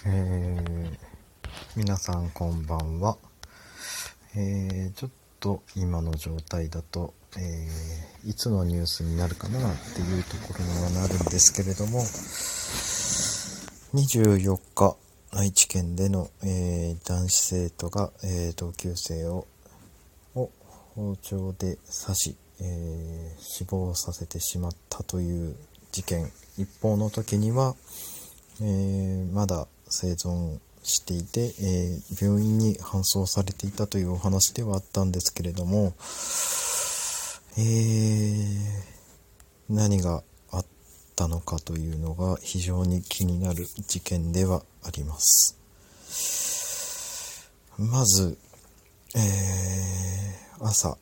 皆さんこんばんは。ちょっと今の状態だと、いつのニュースになるかなっていうところにはなるんですけれども、24日愛知県での、男子生徒が、同級生を包丁で刺し、死亡させてしまったという事件。一方の時には、まだ生存していて、病院に搬送されていたというお話ではあったんですけれども、何があったのかというのが非常に気になる事件ではあります。まず、朝、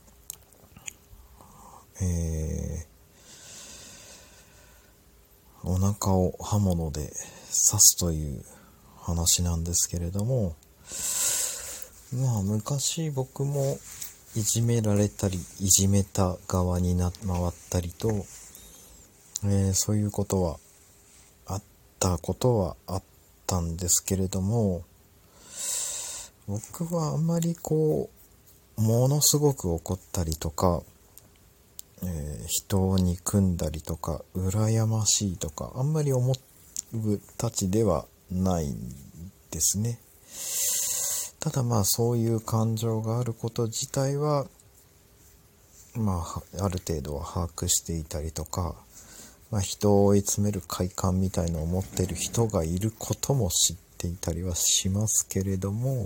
お腹を刃物で刺すという話なんですけれども、昔僕もいじめられたりいじめた側に回ったりと、そういうことはあったんですけれども、僕はあんまりものすごく怒ったりとか、人を憎んだりとか羨ましいとかあんまり思うたちではないんですね。ただそういう感情があること自体はある程度は把握していたりとか、人を追い詰める快感みたいのを持っている人がいることも知っていたりはしますけれども、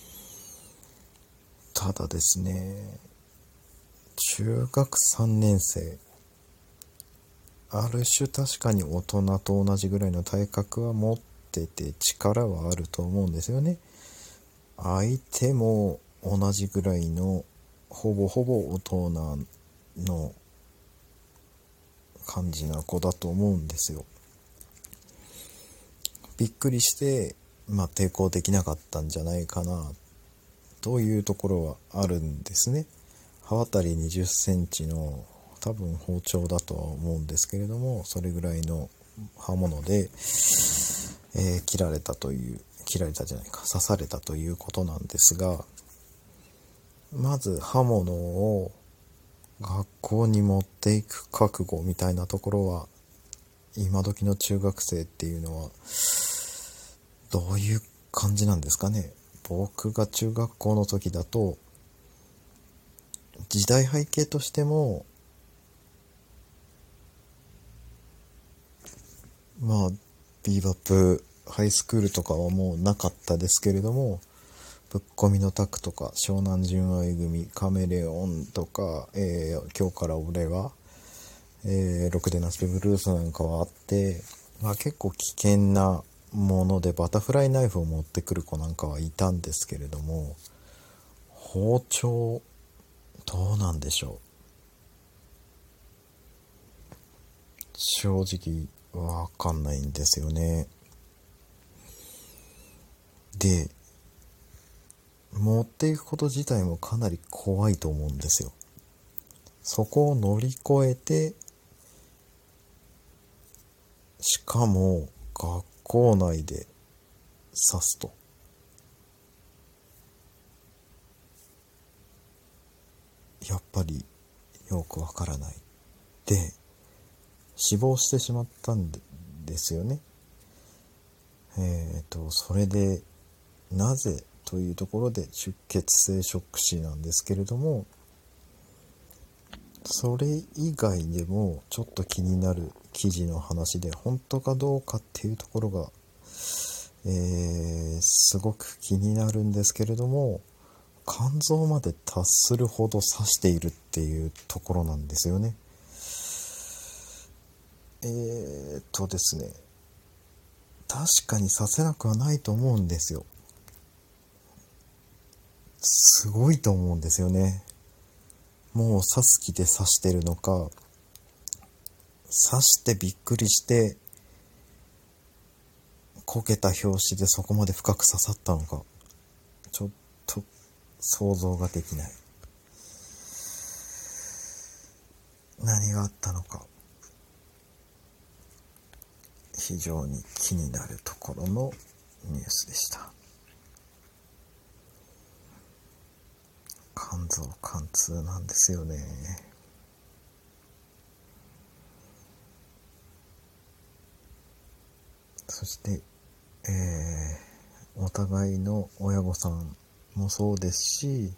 ただですね、中学3年生、ある種確かに大人と同じぐらいの体格は持ってて力はあると思うんですよね。相手も同じぐらいのほぼほぼ大人の感じな子だと思うんですよ。びっくりして、抵抗できなかったんじゃないかなというところはあるんですね。刃渡り20センチの多分包丁だとは思うんですけれども、それぐらいの刃物で、刺されたということなんですが、まず刃物を学校に持っていく覚悟みたいなところは、今時の中学生っていうのはどういう感じなんですかね。僕が中学校の時だと、時代背景としてもビーバップハイスクールとかはもうなかったですけれども、ぶっ込みのタクとか湘南純愛組、カメレオンとか、今日から俺は、ろくでなしでブルースなんかはあって、結構危険なものでバタフライナイフを持ってくる子なんかはいたんですけれども、包丁どうなんでしょう。正直わかんないんですよね。で、持っていくこと自体もかなり怖いと思うんですよ。そこを乗り越えて、しかも学校内で刺すと。やっぱりよくわからない。で、死亡してしまったんですよね。それでなぜというところで出血性ショック死なんですけれども、それ以外でもちょっと気になる記事の話で、本当かどうかっていうところが、すごく気になるんですけれども、肝臓まで達するほど刺しているっていうところなんですよね。ですね、確かに刺せなくはないと思うんですよ。すごいと思うんですよね。もう刺す気で刺してるのか、刺してびっくりしてこけた拍子でそこまで深く刺さったのか、ちょっと想像ができない。何があったのか非常に気になるところのニュースでした。肝臓貫通なんですよね。そして、お互いの親御さんもそうですし、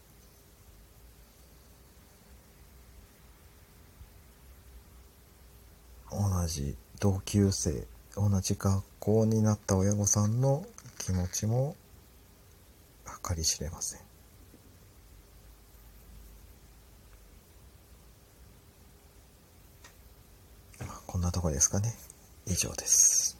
同じ同級生、同じ学校になった親御さんの気持ちも計り知れません。こんなとこですかね。以上です。